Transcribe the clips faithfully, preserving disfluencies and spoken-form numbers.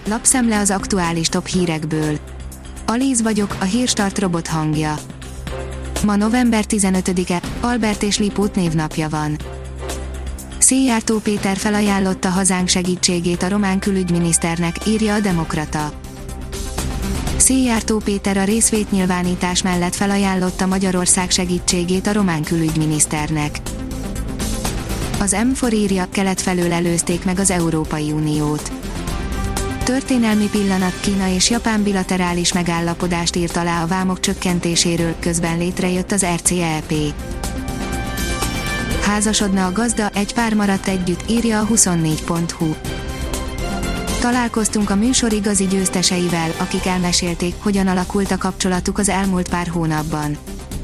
Lapszemle az aktuális top hírekből. Alíz vagyok, a Hírstart robot hangja. Ma november tizenötödike, Albert és Lipót névnapja van. Széjjártó Péter felajánlotta hazánk segítségét a román külügyminiszternek, írja a Demokrata. Széjjártó Péter a részvétnyilvánítás mellett felajánlotta Magyarország segítségét a román külügyminiszternek. Az M négy írja, kelet felől előzték meg az Európai Uniót. Történelmi pillanat, Kína és Japán bilaterális megállapodást írt alá a vámok csökkentéséről, közben létrejött az er cé é pé. Házasodna a gazda, egy pár maradt együtt, írja a huszonnégy pont hu. Találkoztunk a műsor igazi győzteseivel, akik elmesélték, hogyan alakult a kapcsolatuk az elmúlt pár hónapban.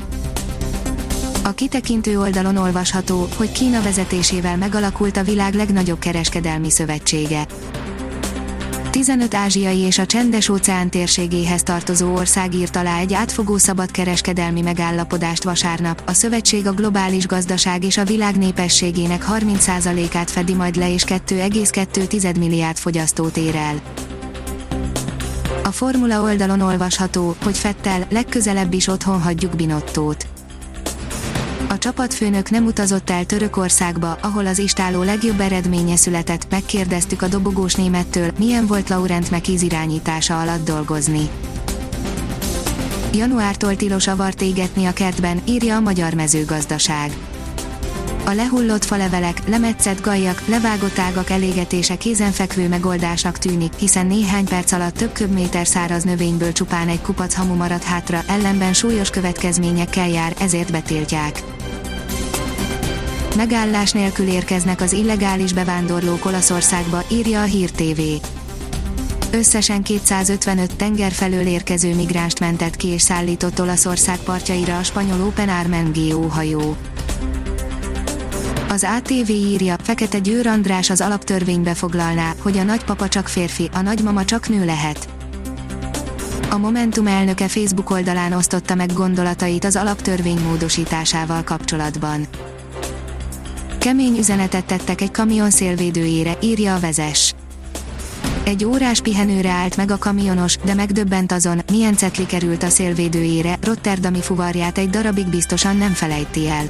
A kitekintő oldalon olvasható, hogy Kína vezetésével megalakult a világ legnagyobb kereskedelmi szövetsége. tizenöt ázsiai és a Csendes-óceán térségéhez tartozó ország írt alá egy átfogó szabadkereskedelmi megállapodást vasárnap. A szövetség a globális gazdaság és a világ népességének harminc százalékát fedi majd le, és két egész kettő milliárd fogyasztót ér el. A Formula oldalon olvasható, hogy Vettel, legközelebb is otthon hagyjuk Binottót. A csapatfőnök nem utazott el Törökországba, ahol az istáló legjobb eredménye született. Megkérdeztük a dobogós némettől, milyen volt Laurent Mekies irányítása alatt dolgozni. Januártól tilos avart égetni a kertben, írja a Magyar Mezőgazdaság. A lehullott falevelek, lemetszett gajjak, levágott ágak elégetése kézenfekvő megoldásnak tűnik, hiszen néhány perc alatt több köbméter száraz növényből csupán egy kupac hamu maradt hátra, ellenben súlyos következményekkel jár, ezért betiltják. Megállás nélkül érkeznek az illegális bevándorlók Olaszországba, írja a Hír té vé. Összesen kétszázötvenöt tenger felől érkező migránst mentett ki és szállított Olaszország partjaira a spanyol Open Armen Geo hajó. Az á té vé írja, Fekete Győr András az alaptörvénybe foglalná, hogy a nagypapa csak férfi, a nagymama csak nő lehet. A Momentum elnöke Facebook oldalán osztotta meg gondolatait az alaptörvény módosításával kapcsolatban. Kemény üzenetet tettek egy kamion szélvédőjére, írja a Vezes. Egy órás pihenőre állt meg a kamionos, de megdöbbent azon, milyen cetli került a szélvédőjére, rotterdami fuvarját egy darabig biztosan nem felejti el.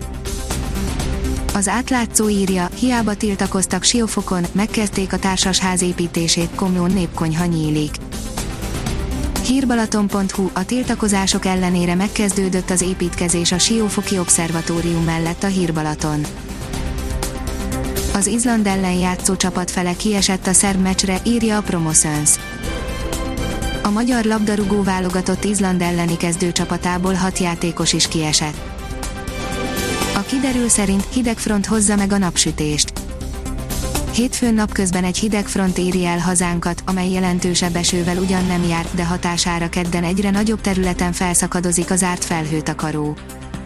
Az Átlátszó írja, hiába tiltakoztak Siófokon, megkezdték a társasház építését, Komlón népkonyha nyílik. Hírbalaton pont hu, a tiltakozások ellenére megkezdődött az építkezés a Siófoki Obszervatórium mellett a Hírbalaton. Az Izland ellen játszó csapat fele kiesett a szerb meccsre, írja a Promoszöns. A magyar labdarúgó válogatott Izland elleni kezdőcsapatából hat játékos is kiesett. A kiderül szerint hideg front hozza meg a napsütést. Hétfőn napközben egy hideg front éri el hazánkat, amely jelentősebb esővel ugyan nem jár, de hatására kedden egyre nagyobb területen felszakadozik a zárt felhőtakaró.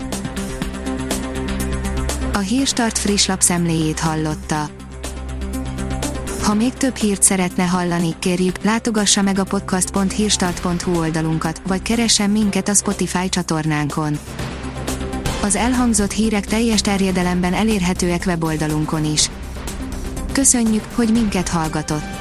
A Hírstart friss lapszemléjét hallotta. Ha még több hírt szeretne hallani, kérjük, látogassa meg a podcast pont hírstart pont hu oldalunkat, vagy keressen minket a Spotify csatornánkon. Az elhangzott hírek teljes terjedelemben elérhetőek weboldalunkon is. Köszönjük, hogy minket hallgatott!